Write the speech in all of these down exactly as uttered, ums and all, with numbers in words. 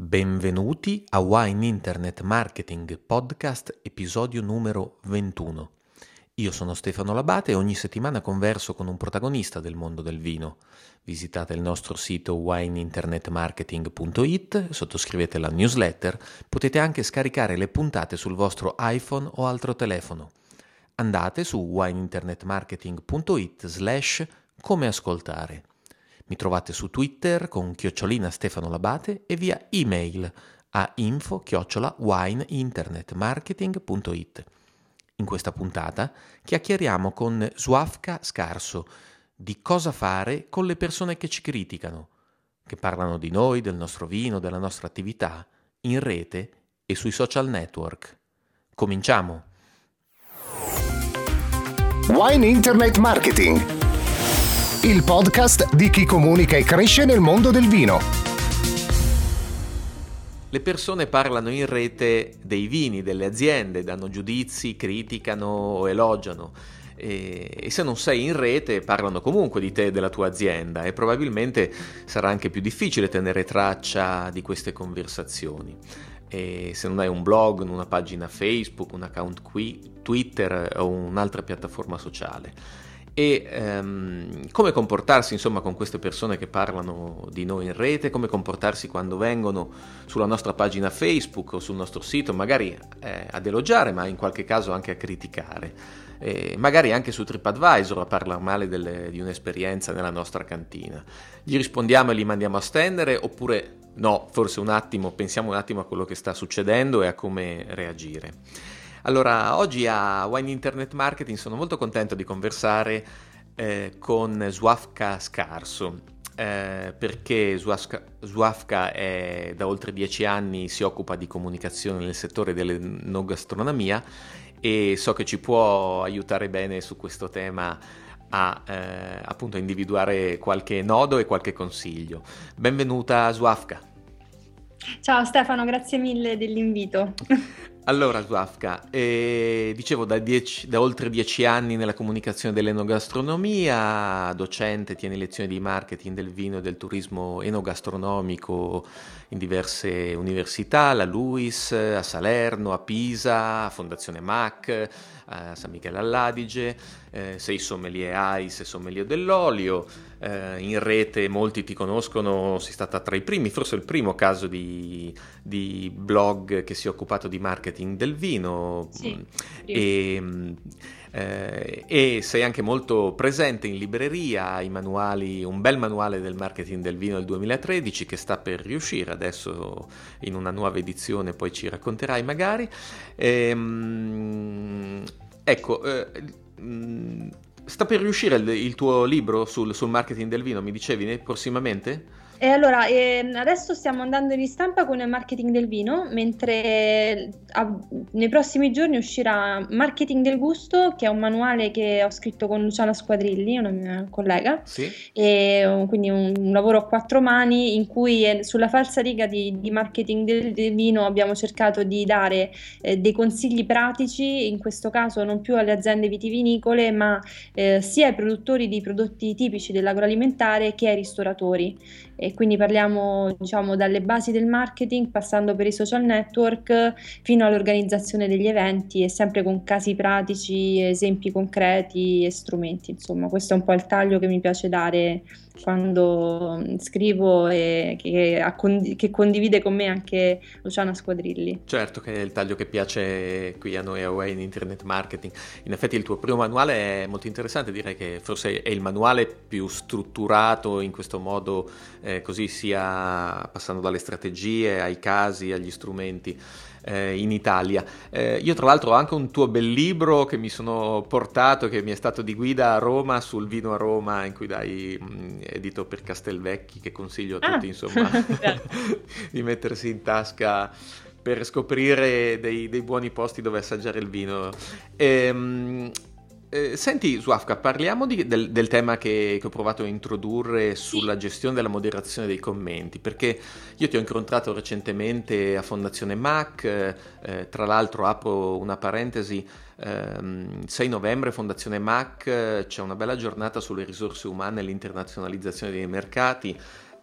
Benvenuti a Wine Internet Marketing Podcast, episodio numero ventuno. Io sono Stefano Labate e ogni settimana converso con un protagonista del mondo del vino. Visitate il nostro sito wine internet marketing punto it, sottoscrivete la newsletter, potete anche scaricare le puntate sul vostro iPhone o altro telefono. Andate su wine internet marketing punto it slash come ascoltare. Mi trovate su Twitter con chiocciolina Stefano Labate e via email a info chiocciola wine internet marketing punto it. In questa puntata chiacchieriamo con Sławka Skarso di cosa fare con le persone che ci criticano, che parlano di noi, del nostro vino, della nostra attività, in rete e sui social network. Cominciamo! Wine Internet Marketing, il podcast di chi comunica e cresce nel mondo del vino. Le persone parlano in rete dei vini, delle aziende, danno giudizi, criticano o elogiano. E, e se non sei in rete parlano comunque di te e della tua azienda e probabilmente sarà anche più difficile tenere traccia di queste conversazioni. E se non hai un blog, una pagina Facebook, un account qui, Twitter o un'altra piattaforma sociale. E um, come comportarsi insomma con queste persone che parlano di noi in rete, come comportarsi quando vengono sulla nostra pagina Facebook o sul nostro sito, magari eh, ad elogiare, ma in qualche caso anche a criticare, e magari anche su TripAdvisor a parlare male delle, di un'esperienza nella nostra cantina. Gli rispondiamo e li mandiamo a stendere, oppure no, forse un attimo, pensiamo un attimo a quello che sta succedendo e a come reagire. Allora, oggi a Wine Internet Marketing sono molto contento di conversare eh, con Sławka Skarso, eh, perché Sławka, Sławka è da oltre dieci anni si occupa di comunicazione nel settore dell'enogastronomia e so che ci può aiutare bene su questo tema a eh, appunto individuare qualche nodo e qualche consiglio. Benvenuta Sławka. Ciao Stefano, grazie mille dell'invito. Allora Sławka, eh, dicevo da, dieci, da oltre dieci anni nella comunicazione dell'enogastronomia, docente, tieni lezioni di marketing del vino e del turismo enogastronomico in diverse università, la LUISS, a Salerno, a Pisa, a Fondazione M A C, a San Michele all'Adige, eh, sei sommelier A I S e sommelier dell'olio, eh, in rete molti ti conoscono, sei stata tra i primi, forse il primo caso di, di blog che si è occupato di marketing del vino. Sì, e, eh, e sei anche molto presente in libreria, i manuali, un bel manuale del marketing del vino del duemilatredici che sta per riuscire adesso in una nuova edizione, poi ci racconterai magari. Ehm, ecco, eh, sta per riuscire il, il tuo libro sul, sul marketing del vino, mi dicevi prossimamente? E allora, eh, adesso stiamo andando in ristampa con il marketing del vino, mentre a, nei prossimi giorni uscirà Marketing del Gusto, che è un manuale che ho scritto con Luciana Squadrilli, una mia collega, sì. E, quindi un, un lavoro a quattro mani in cui eh, sulla falsariga di, di marketing del, del vino abbiamo cercato di dare eh, dei consigli pratici, in questo caso non più alle aziende vitivinicole, ma eh, sia ai produttori di prodotti tipici dell'agroalimentare che ai ristoratori. E quindi parliamo, diciamo, dalle basi del marketing, passando per i social network fino all'organizzazione degli eventi e sempre con casi pratici, esempi concreti e strumenti. Insomma, questo è un po' il taglio che mi piace dare quando scrivo e che, che condivide con me anche Luciana Squadrilli. Certo che è il taglio che piace qui a noi a Wine Internet Marketing. In effetti il tuo primo manuale è molto interessante, direi che forse è il manuale più strutturato in questo modo, eh, così sia passando dalle strategie ai casi, agli strumenti eh, in Italia. Eh, io tra l'altro ho anche un tuo bel libro che mi sono portato, che mi è stato di guida a Roma, sul vino a Roma, in cui dai mh, edito per Castelvecchi, che consiglio a tutti, ah. insomma di mettersi in tasca per scoprire dei, dei buoni posti dove assaggiare il vino. Ehm, Eh, senti Sławka, parliamo di, del, del tema che, che ho provato a introdurre sulla gestione della moderazione dei commenti, perché io ti ho incontrato recentemente a Fondazione M A C, eh, tra l'altro apro una parentesi, ehm, sei novembre Fondazione M A C, c'è una bella giornata sulle risorse umane e l'internazionalizzazione dei mercati.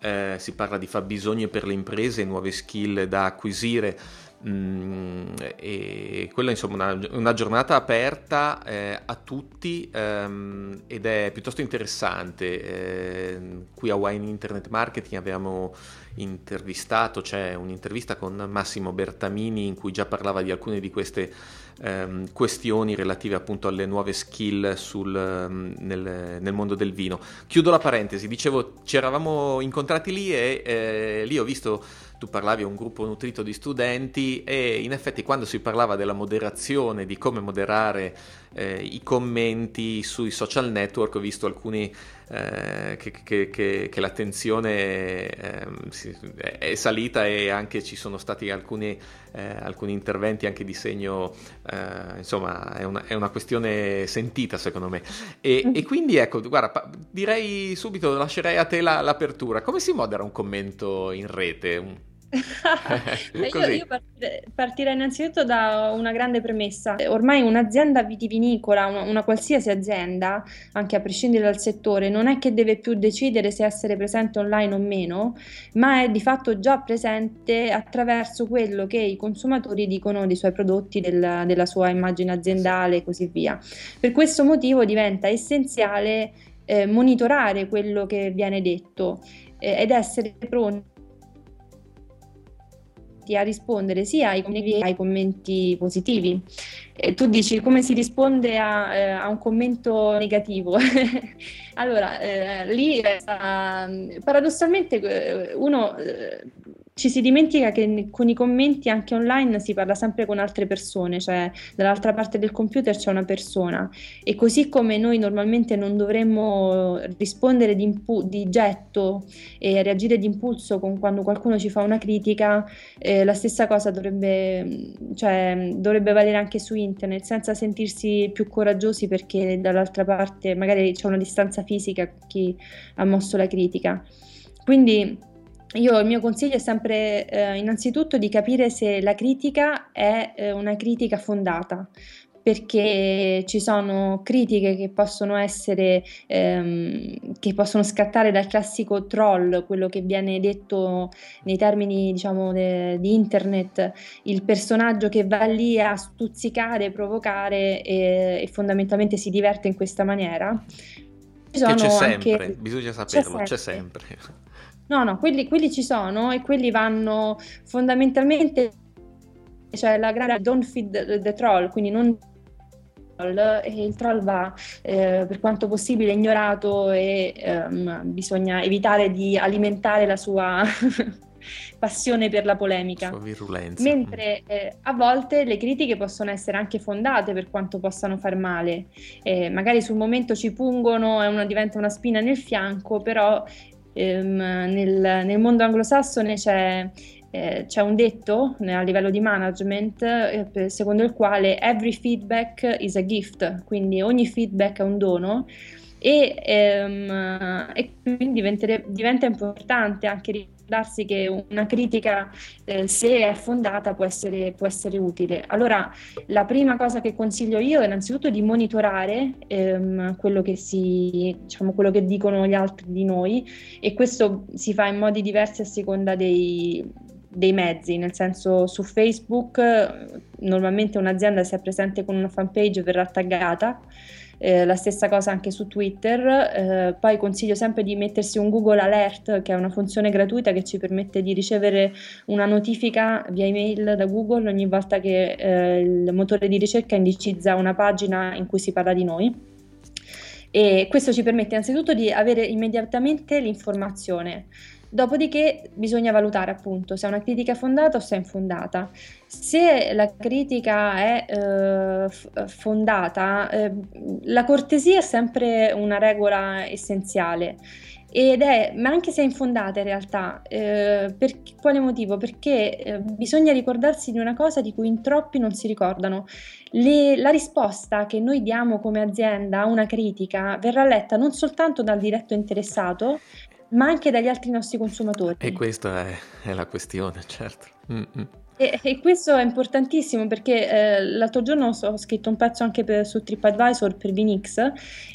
eh, si parla di fabbisogni per le imprese, nuove skill da acquisire. Mm, e quella insomma una, una giornata aperta eh, a tutti, ehm, ed è piuttosto interessante. Eh, qui a Wine Internet Marketing abbiamo intervistato, c'è un'intervista con Massimo Bertamini in cui già parlava di alcune di queste ehm, questioni relative appunto alle nuove skill sul, um, nel, nel mondo del vino. Chiudo la parentesi, dicevo, ci eravamo incontrati lì e eh, lì ho visto, tu parlavi a un gruppo nutrito di studenti, e in effetti quando si parlava della moderazione, di come moderare eh, i commenti sui social network, ho visto alcuni eh, che, che, che, che l'attenzione eh, si, è salita, e anche ci sono stati alcuni, eh, alcuni interventi anche di segno, eh, insomma è una, è una questione sentita secondo me. E, e quindi ecco, guarda, direi subito, lascerei a te la, l'apertura. Come si modera un commento in rete? io, io partire- partirei innanzitutto da una grande premessa. Ormai un'azienda vitivinicola, una, una qualsiasi azienda, anche a prescindere dal settore, non è che deve più decidere se essere presente online o meno, ma è di fatto già presente attraverso quello che i consumatori dicono dei suoi prodotti, del- della sua immagine aziendale e così via. Per questo motivo diventa essenziale eh, monitorare quello che viene detto eh, ed essere pronti a rispondere sia ai commenti, ai commenti positivi. E tu dici come si risponde a, eh, a un commento negativo? Allora, eh, lì eh, paradossalmente eh, uno eh, ci si dimentica che con i commenti anche online si parla sempre con altre persone, cioè dall'altra parte del computer c'è una persona, e così come noi normalmente non dovremmo rispondere di, impu- di getto e reagire di impulso con quando qualcuno ci fa una critica, eh, la stessa cosa dovrebbe, cioè, dovrebbe valere anche su internet, senza sentirsi più coraggiosi perché dall'altra parte magari c'è una distanza fisica con chi ha mosso la critica. Quindi io, il mio consiglio è sempre eh, innanzitutto di capire se la critica è eh, una critica fondata, perché ci sono critiche che possono essere, ehm, che possono scattare dal classico troll, quello che viene detto nei termini, diciamo, de- di internet, il personaggio che va lì a stuzzicare, provocare e, e fondamentalmente si diverte in questa maniera. Ci Che c'è sono sempre, anche... bisogna C'è saperlo, c'è sempre. No, no, quelli, quelli ci sono e quelli vanno fondamentalmente, cioè la gara don't feed the, the troll, quindi non troll, e il troll va eh, per quanto possibile ignorato e ehm, bisogna evitare di alimentare la sua passione per la polemica. Sua virulenza. Mentre eh, a volte le critiche possono essere anche fondate per quanto possano far male, eh, magari sul momento ci pungono e una, diventa una spina nel fianco, però ehm, nel, nel mondo anglosassone c'è, eh, c'è un detto eh, a livello di management eh, secondo il quale every feedback is a gift, quindi ogni feedback è un dono. E, ehm, e quindi diventere- diventa importante anche ricordarsi che una critica, eh, se è fondata, può essere, può essere utile. Allora, la prima cosa che consiglio io è innanzitutto di monitorare ehm, quello che si, diciamo, quello che dicono gli altri di noi, e questo si fa in modi diversi a seconda dei, dei mezzi, nel senso su Facebook eh, normalmente un'azienda, se è presente con una fanpage, verrà taggata. Eh, la stessa cosa anche su Twitter, eh, poi consiglio sempre di mettersi un Google Alert, che è una funzione gratuita che ci permette di ricevere una notifica via email da Google ogni volta che eh, il motore di ricerca indicizza una pagina in cui si parla di noi, e questo ci permette innanzitutto di avere immediatamente l'informazione. Dopodiché bisogna valutare appunto se è una critica fondata o se è infondata. Se la critica è eh, f- fondata, eh, la cortesia è sempre una regola essenziale. Ed è, ma anche se è infondata in realtà, eh, per quale motivo? Perché eh, bisogna ricordarsi di una cosa di cui in troppi non si ricordano. Le- la risposta che noi diamo come azienda a una critica verrà letta non soltanto dal diretto interessato, ma anche dagli altri nostri consumatori. E questa è, è la questione, certo. Mm-mm. E, e questo è importantissimo perché eh, l'altro giorno so- ho scritto un pezzo anche per- su TripAdvisor per Vinix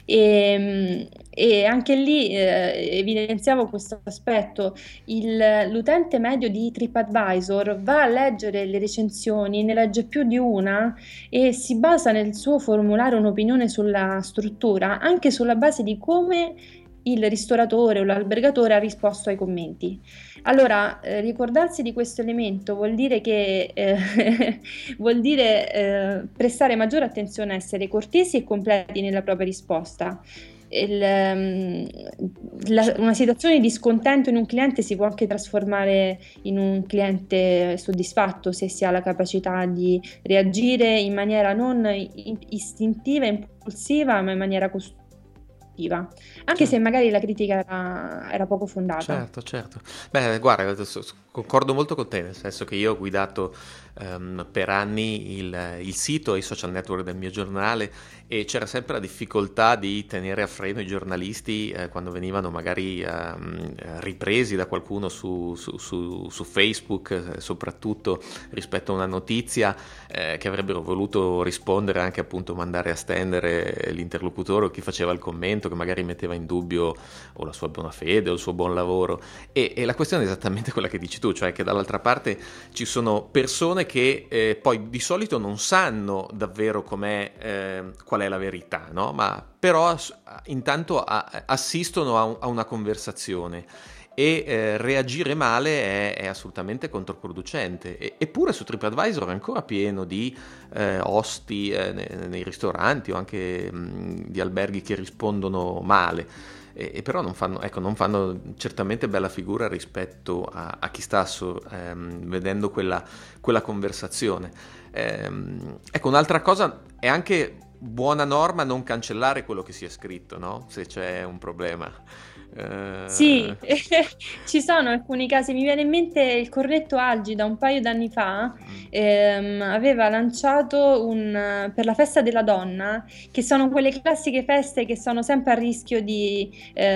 e, e anche lì eh, evidenziavo questo aspetto. Il- l'utente medio di TripAdvisor va a leggere le recensioni, ne legge più di una e si basa nel suo formulare un'opinione sulla struttura anche sulla base di come il ristoratore o l'albergatore ha risposto ai commenti. Allora, eh, ricordarsi di questo elemento vuol dire che eh, vuol dire eh, prestare maggiore attenzione a essere cortesi e completi nella propria risposta. Il, ehm, la- una situazione di scontento in un cliente si può anche trasformare in un cliente soddisfatto se si ha la capacità di reagire in maniera non i- istintiva e impulsiva, ma in maniera costruttiva, anche se Certo. magari la critica era, era poco fondata. Certo, certo. Beh, guarda, adesso s- concordo molto con te, nel senso che io ho guidato ehm, per anni il, il sito e i social network del mio giornale e c'era sempre la difficoltà di tenere a freno i giornalisti eh, quando venivano magari ehm, ripresi da qualcuno su, su- su- su Facebook, eh, soprattutto rispetto a una notizia eh, che avrebbero voluto rispondere, anche appunto mandare a stendere l'interlocutore o chi faceva il commento, che magari metteva in dubbio o la sua buona fede o il suo buon lavoro. E, e la questione è esattamente quella che dici tu, cioè che dall'altra parte ci sono persone che eh, poi di solito non sanno davvero com'è, eh, qual è la verità, no? Ma però ass- intanto a- assistono a, un- a una conversazione e eh, reagire male è, è assolutamente controproducente. E- eppure su TripAdvisor è ancora pieno di eh, osti eh, nei, nei ristoranti o anche mh, di alberghi che rispondono male. E, e però non fanno, ecco, non fanno certamente bella figura rispetto a, a chi sta so- ehm, vedendo quella, quella conversazione. Ehm, ecco, un'altra cosa è anche buona norma non cancellare quello che si è scritto, no? Se c'è un problema. Sì, Eh, ci sono alcuni casi. Mi viene in mente il Cornetto Algida un paio d'anni fa, mm, ehm, aveva lanciato un, per la festa della donna, che sono quelle classiche feste che sono sempre a rischio di,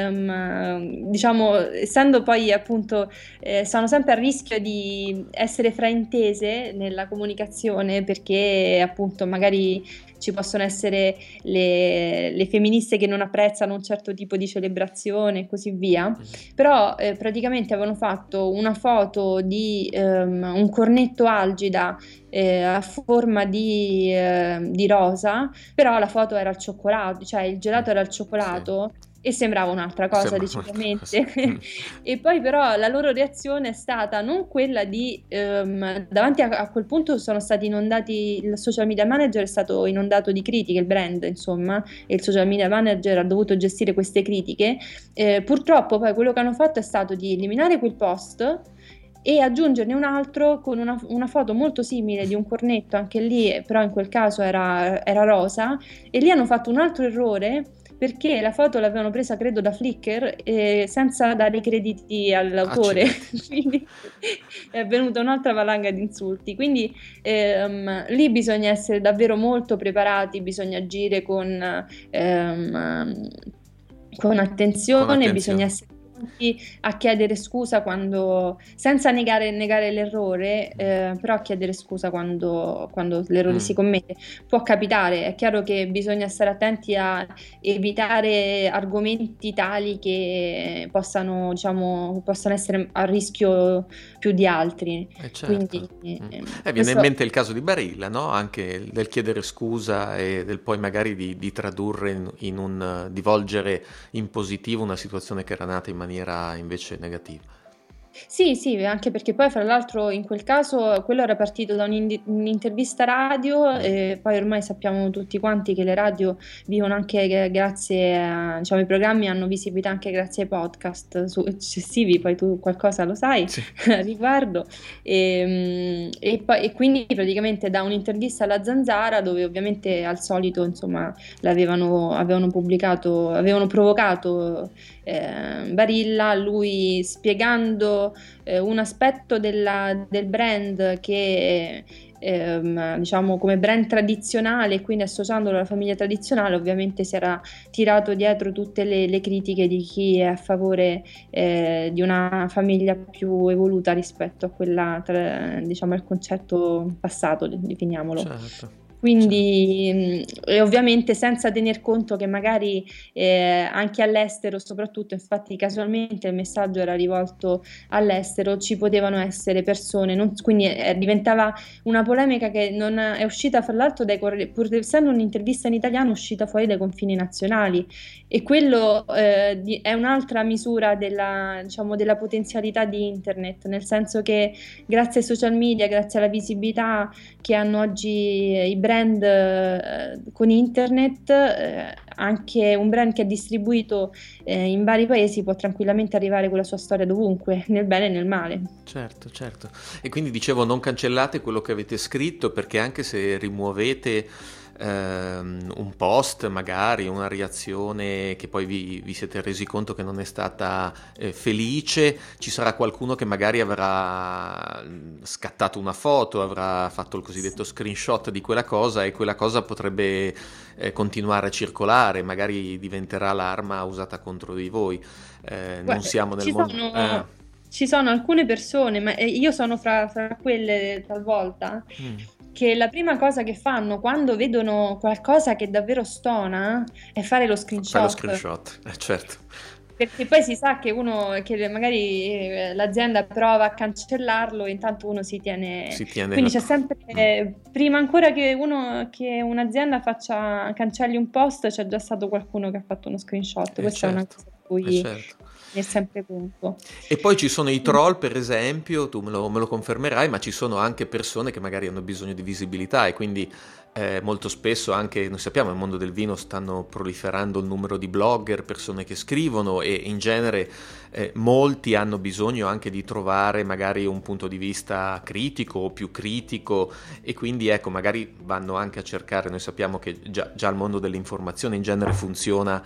ehm, diciamo, essendo poi appunto, eh, sono sempre a rischio di essere fraintese nella comunicazione perché appunto magari ci possono essere le, le femministe che non apprezzano un certo tipo di celebrazione e così via. mm, Però eh, praticamente avevano fatto una foto di ehm, un cornetto algida eh, a forma di, eh, di rosa, però la foto era al cioccolato, cioè il mm, gelato era al sì, cioccolato. E sembrava un'altra cosa sembra un'altra cosa. decisamente. Mm, E poi però la loro reazione è stata non quella di, ehm, davanti a, a quel punto sono stati inondati, il social media manager è stato inondato di critiche, il brand insomma, e il social media manager ha dovuto gestire queste critiche. Eh, purtroppo poi quello che hanno fatto è stato di eliminare quel post e aggiungerne un altro con una, una foto molto simile di un cornetto, anche lì però in quel caso era, era rosa, e lì hanno fatto un altro errore perché la foto l'avevano presa credo da Flickr eh, senza dare i crediti all'autore, accidenti. quindi è venuta un'altra valanga di insulti. Quindi ehm, lì bisogna essere davvero molto preparati, bisogna agire con, ehm, con Con attenzione, bisogna attenzione. essere pronti a chiedere scusa quando, senza negare, negare l'errore, eh, però a chiedere scusa quando, quando l'errore si Mm. commette. Può capitare, è chiaro che bisogna stare attenti a evitare argomenti tali che possano, diciamo, possano essere a rischio più di altri. Eh certo. Quindi Mm. eh, Eh, viene in questo. mente il caso di Barilla, no? Anche il- del chiedere scusa e del poi magari di, di tradurre in, in un, di volgere in positivo una situazione che era nata in maniera invece negativa. Sì, sì, anche perché poi fra l'altro in quel caso quello era partito da un'indi- un'intervista radio Mm. e poi ormai sappiamo tutti quanti che le radio vivono anche gra- grazie a, diciamo, i programmi hanno visibilità anche grazie ai podcast successivi, poi tu qualcosa lo sai Sì. a riguardo. E, e poi, e quindi praticamente da un'intervista alla Zanzara dove ovviamente al solito insomma l'avevano avevano pubblicato, avevano provocato eh, Barilla, lui spiegando eh, un aspetto della- del brand che ehm, diciamo come brand tradizionale, e quindi associandolo alla famiglia tradizionale, ovviamente si era tirato dietro tutte le, le critiche di chi è a favore eh, di una famiglia più evoluta rispetto a quella, tra- diciamo, al concetto passato, definiamolo. Certo, certo. Quindi, mh, e ovviamente senza tener conto che magari eh, anche all'estero, soprattutto, infatti casualmente il messaggio era rivolto all'estero, ci potevano essere persone, non- quindi eh, diventava una polemica che non è uscita, fra l'altro, dai, corre- pur essendo un'intervista in italiano, è uscita fuori dai confini nazionali, e quello eh, di- è un'altra misura della, diciamo, della potenzialità di internet, nel senso che grazie ai social media, grazie alla visibilità che hanno oggi eh, i brand eh, con internet, eh, anche un brand che è distribuito eh, in vari paesi può tranquillamente arrivare con la sua storia dovunque, nel bene e nel male. Certo, certo. E quindi dicevo, non cancellate quello che avete scritto, perché anche se rimuovete ehm, un post, magari una reazione che poi vi, vi siete resi conto che non è stata eh, felice, ci sarà qualcuno che magari avrà mm, scattato una foto, avrà fatto il cosiddetto screenshot di quella cosa, e quella cosa potrebbe eh, continuare a circolare, magari diventerà l'arma usata contro di voi. Eh, non Guarda, siamo nel ci mondo... sono, eh. ci sono alcune persone, ma eh, io sono fra, fra quelle talvolta, Mm. che la prima cosa che fanno quando vedono qualcosa che davvero stona è fare lo Fai lo screenshot. screenshot, eh, certo. Perché poi si sa che uno, che magari eh, l'azienda prova a cancellarlo, e intanto uno si tiene. Si tiene Quindi la... c'è sempre, Mm. eh, prima ancora che uno, che un'azienda faccia, cancelli un post, c'è già stato qualcuno che ha fatto uno screenshot. Eh, Questa è una certo, cosa di eh, cui certo. tenere sempre conto. E poi ci sono i troll, per esempio, tu me lo, me lo confermerai, ma ci sono anche persone che magari hanno bisogno di visibilità, e quindi eh, molto spesso anche, noi sappiamo, nel mondo del vino stanno proliferando il numero di blogger, persone che scrivono, e in genere eh, molti hanno bisogno anche di trovare magari un punto di vista critico o più critico, e quindi ecco, magari vanno anche a cercare, noi sappiamo che già, già il mondo dell'informazione in genere funziona,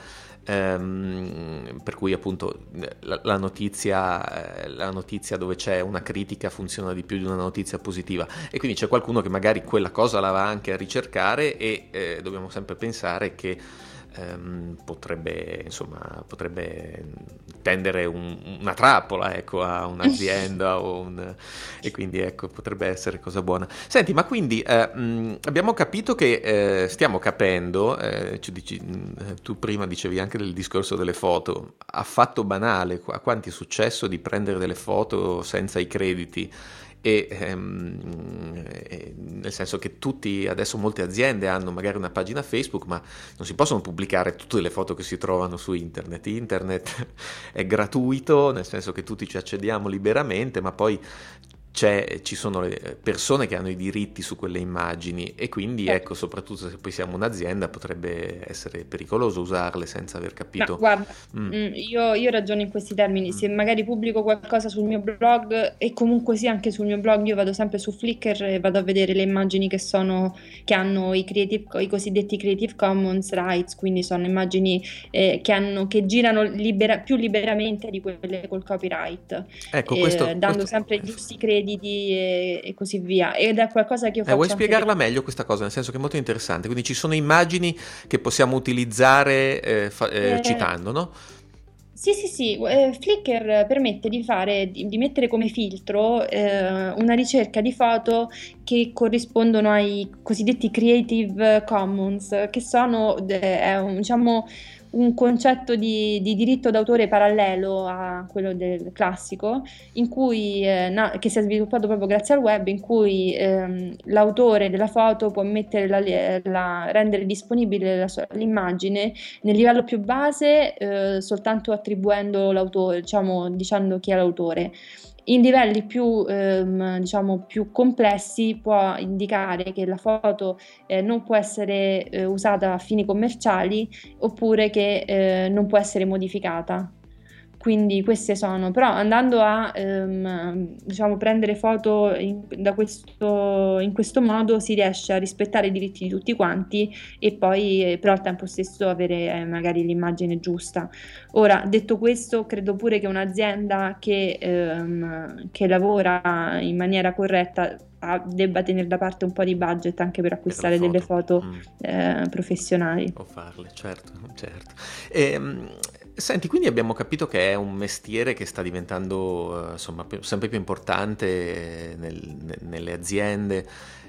ehm, per cui appunto la, la notizia, eh, la notizia dove c'è una critica funziona di più di una notizia positiva, e quindi c'è qualcuno che magari quella cosa la va anche a ricercare, e eh, dobbiamo sempre pensare che ehm, potrebbe, insomma, potrebbe tendere un- una trappola, ecco, a un'azienda o un- e quindi ecco, potrebbe essere cosa buona. Senti, ma quindi eh, mh, abbiamo capito che eh, stiamo capendo, eh, ci dici- mh, tu prima dicevi anche del discorso delle foto, affatto banale, a quanti è successo di prendere delle foto senza i crediti? E ehm, eh, nel senso che tutti, adesso molte aziende hanno magari una pagina Facebook, ma non si possono pubblicare tutte le foto che si trovano su internet. Internet è gratuito, nel senso che tutti ci accediamo liberamente, ma poi c'è, ci sono le persone che hanno i diritti su quelle immagini, e quindi ecco, soprattutto se poi siamo un'azienda, potrebbe essere pericoloso usarle senza aver Ma capito. guarda, Mm, mm, io, io ragiono in questi termini: se mm. magari pubblico qualcosa sul mio blog, e comunque sì, anche sul mio blog io vado sempre su Flickr e vado a vedere le immagini che sono, che hanno i creative, i cosiddetti Creative Commons rights, quindi sono immagini eh, che hanno, che girano libera- più liberamente di quelle col copyright, Ecco, eh, questo, dando questo... sempre i giusti crediti e, e così via. Ed è qualcosa che io Eh, vuoi faccio anche per. spiegarla meglio questa cosa? Nel senso che è molto interessante. Quindi ci sono immagini che possiamo utilizzare eh, fa- eh, Eh, citando, no? Sì, sì, sì, eh, Flickr permette di fare, di, di mettere come filtro eh, una ricerca di foto che corrispondono ai cosiddetti Creative Commons, che sono eh, è un, diciamo, un concetto di, di diritto d'autore parallelo a quello del classico, in cui, eh, na- che si è sviluppato proprio grazie al web, in cui ehm, l'autore della foto può mettere la, la- rendere disponibile la sua- l'immagine nel livello più base, eh, soltanto attribuendo l'autore, diciamo, dicendo chi è l'autore. In livelli più, ehm, diciamo, più complessi può indicare che la foto eh, non può essere eh, usata a fini commerciali, oppure che eh, non può essere modificata. Quindi queste sono, però andando a ehm, diciamo prendere foto in, da questo, in questo modo si riesce a rispettare i diritti di tutti quanti e poi eh, però al tempo stesso avere eh, magari l'immagine giusta. Ora, detto questo, credo pure che un'azienda che, ehm, che lavora in maniera corretta ha- debba tenere da parte un po' di budget anche per Per le acquistare delle foto. foto Mm. eh, professionali. O farle, certo, certo. Ehm, senti, quindi abbiamo capito che è un mestiere che sta diventando, eh, insomma, più- sempre più importante nel- ne- nelle aziende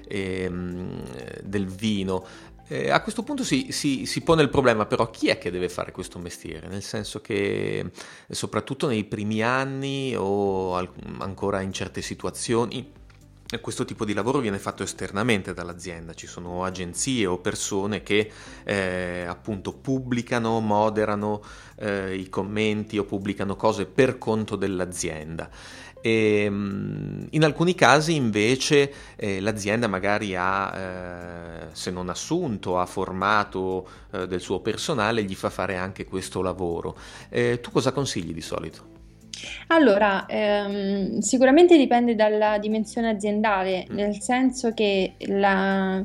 ehm, del vino. Eh, a questo punto si, si- si pone il problema, però chi è che deve fare questo mestiere? Nel senso che, eh, soprattutto nei primi anni o al- ancora in certe situazioni, questo tipo di lavoro viene fatto esternamente dall'azienda, ci sono agenzie o persone che eh, appunto pubblicano, moderano eh, i commenti o pubblicano cose per conto dell'azienda. E, mm, in alcuni casi invece eh, l'azienda magari ha, eh, se non assunto, ha formato eh, del suo personale, gli fa fare anche questo lavoro. Eh, tu cosa consigli di solito? Allora, ehm, sicuramente dipende dalla dimensione aziendale, Mm, nel senso che la-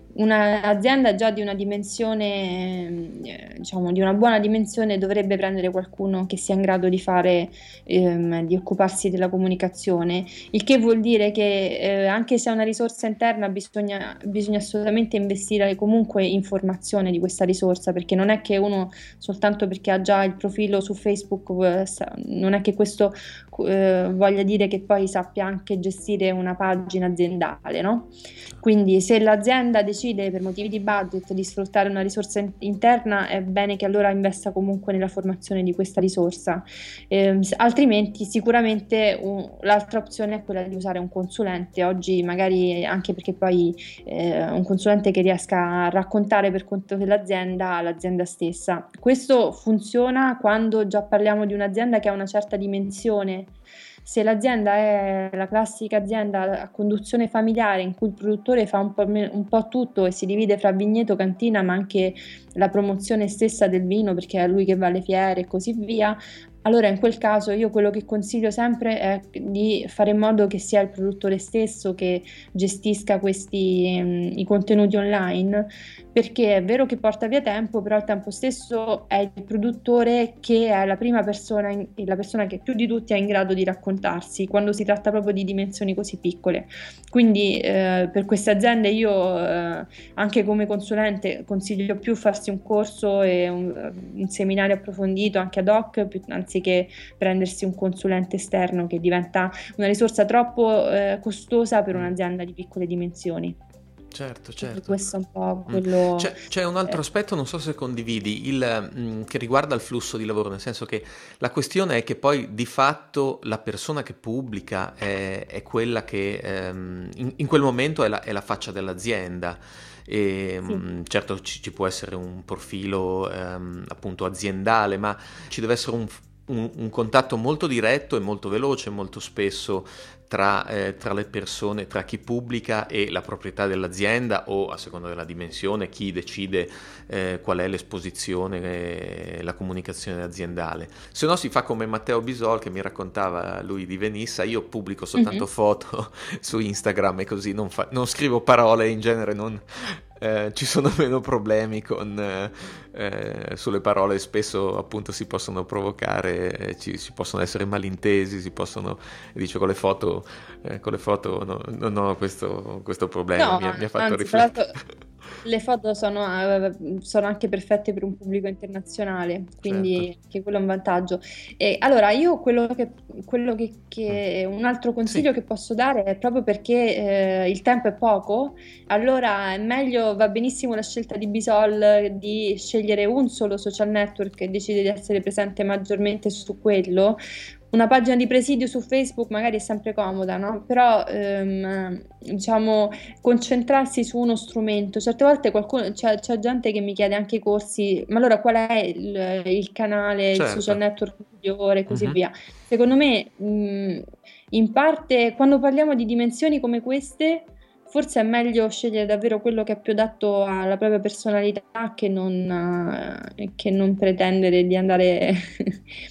un'azienda già di una dimensione, ehm, eh, diciamo, di una buona dimensione dovrebbe prendere qualcuno che sia in grado di fare, ehm, di occuparsi della comunicazione, il che vuol dire che eh, anche se è una risorsa interna bisogna, bisogna assolutamente investire comunque in formazione di questa risorsa, perché non è che uno soltanto perché ha già il profilo su Facebook, eh, sa- non è che questo eh, voglia dire che poi sappia anche gestire una pagina aziendale, no? Quindi se l'azienda decide per motivi di budget di sfruttare una risorsa in- interna, è bene che allora investa comunque nella formazione di questa risorsa. Ehm, s- altrimenti sicuramente un- l'altra opzione è quella di usare un consulente, oggi magari anche perché poi eh, un consulente che riesca a raccontare per conto dell'azienda l'azienda stessa. Questo funziona quando già parliamo di un'azienda che ha una certa dimensione. Se l'azienda è la classica azienda a conduzione familiare in cui il produttore fa un po', me- un po' tutto e si divide fra vigneto, cantina, ma anche la promozione stessa del vino perché è lui che va alle fiere e così via, allora in quel caso io quello che consiglio sempre è di fare in modo che sia il produttore stesso che gestisca questi, mm, i contenuti online, perché è vero che porta via tempo, però al tempo stesso è il produttore che è la prima persona, in- la persona che più di tutti è in grado di raccontarsi quando si tratta proprio di dimensioni così piccole. Quindi eh, per queste aziende io eh, anche come consulente consiglio più farsi un corso e un, un seminario approfondito anche ad hoc, più- anziché prendersi un consulente esterno che diventa una risorsa troppo eh, costosa per mm. un'azienda di piccole dimensioni. Certo, Quindi certo. questo è un po' Mm. quello. C'è, c'è un altro eh, aspetto, non so se condividi, il, mm, che riguarda il flusso di lavoro, nel senso che la questione è che poi di fatto la persona che pubblica è, è quella che ehm, in, in quel momento è la, è la faccia dell'azienda. E, sì. mm, certo ci, ci può essere un profilo ehm, appunto aziendale, ma ci deve essere un, un- un contatto molto diretto e molto veloce, molto spesso tra, eh, tra le persone, tra chi pubblica e la proprietà dell'azienda o a seconda della dimensione chi decide eh, qual è l'esposizione e la comunicazione aziendale. Se no si fa come Matteo Bisol che mi raccontava lui di Venissa, io pubblico soltanto Mhm. foto su Instagram e così non, fa- non scrivo parole, in genere non, eh, ci sono meno problemi con, eh, eh, sulle parole, spesso appunto si possono provocare, eh, ci, si possono essere malintesi, si possono, dice con le foto, eh, con le foto no- non ho questo, questo problema, No, mi ha, mi ha fatto anzi, tra l'altro riflettere. le foto sono, eh, sono anche perfette per un pubblico internazionale, Certo. quindi anche quello è un vantaggio. E allora io quello che, quello che, Mm. che- un altro Sì, consiglio che posso dare è proprio perché eh, il tempo è poco, allora è meglio, va benissimo la scelta di Bisol di scegliere un solo social network e decide di essere presente maggiormente su quello. Una pagina di presidio su Facebook magari è sempre comoda, no? Però ehm, diciamo concentrarsi su uno strumento. Certe volte qualcuno, c'è, c'è gente che mi chiede anche i corsi, ma allora qual è il, il canale, il social certo. network migliore e così Mhm. via. Secondo me, mh, in parte, quando parliamo di dimensioni come queste, forse è meglio scegliere davvero quello che è più adatto alla propria personalità che non, eh, che non pretendere di andare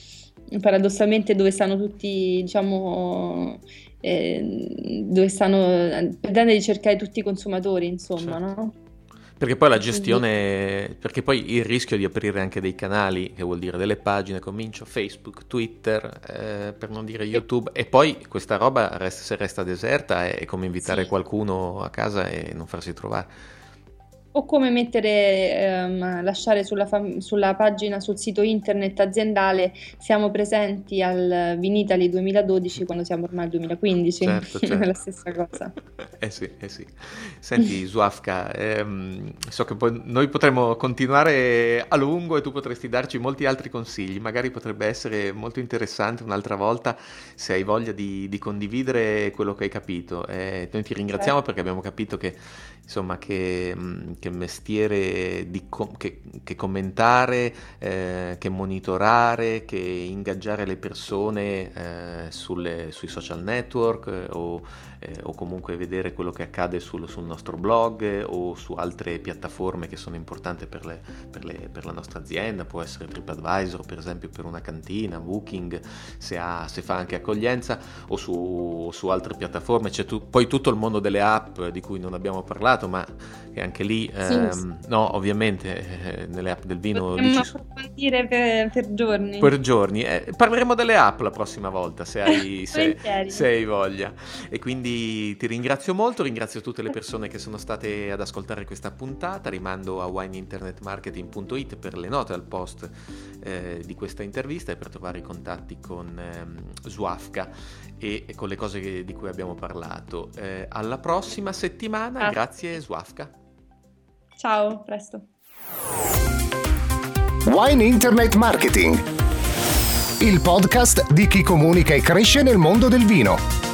paradossalmente dove stanno tutti, diciamo, eh, dove stanno pretende di cercare tutti i consumatori, insomma, Certo. no? Perché poi la Quindi gestione, perché poi il rischio di aprire anche dei canali, che vuol dire delle pagine, comincio Facebook, Twitter, eh, per non dire e- YouTube, e poi questa roba resta- se resta deserta è come invitare sì. qualcuno a casa e non farsi trovare. O come mettere, ehm, lasciare sulla, fam- sulla pagina, sul sito internet aziendale, siamo presenti al Vinitaly duemiladodici quando siamo ormai al duemilaquindici, Certo, è la certo. stessa cosa. Eh sì, eh sì. Senti, Zhuafka, ehm, so che poi noi potremmo continuare a lungo e tu potresti darci molti altri consigli. Magari potrebbe essere molto interessante un'altra volta se hai voglia di, di condividere quello che hai capito. Eh, noi ti ringraziamo Certo. perché abbiamo capito che, insomma, che, mh, che mestiere di co- che, che commentare, eh, che monitorare, che ingaggiare le persone eh, sulle- sui social network eh, o eh, o comunque vedere quello che accade sul, sul nostro blog eh, o su altre piattaforme che sono importanti per, le, per, le, per la nostra azienda, può essere TripAdvisor per esempio per una cantina, Booking se, ha, se fa anche accoglienza o su, su altre piattaforme, c'è tu, poi tutto il mondo delle app di cui non abbiamo parlato ma che anche lì, Sì, ehm, sì. no ovviamente eh, nelle app del vino lì Potremmo ci sono approfondire per, per giorni. per giorni. Eh, parleremo delle app la prossima volta se hai, se, Volentieri. se hai voglia. E quindi ti ringrazio molto, ringrazio tutte le persone che sono state ad ascoltare questa puntata. Rimando a wine internet marketing punto it per le note al post eh, di questa intervista e per trovare i contatti con ehm, Zhuafka e, e con le cose che- di cui abbiamo parlato. Eh, alla prossima settimana, Ah, grazie Zhuafka. ciao, a presto. Wine Internet Marketing, il podcast di chi comunica e cresce nel mondo del vino.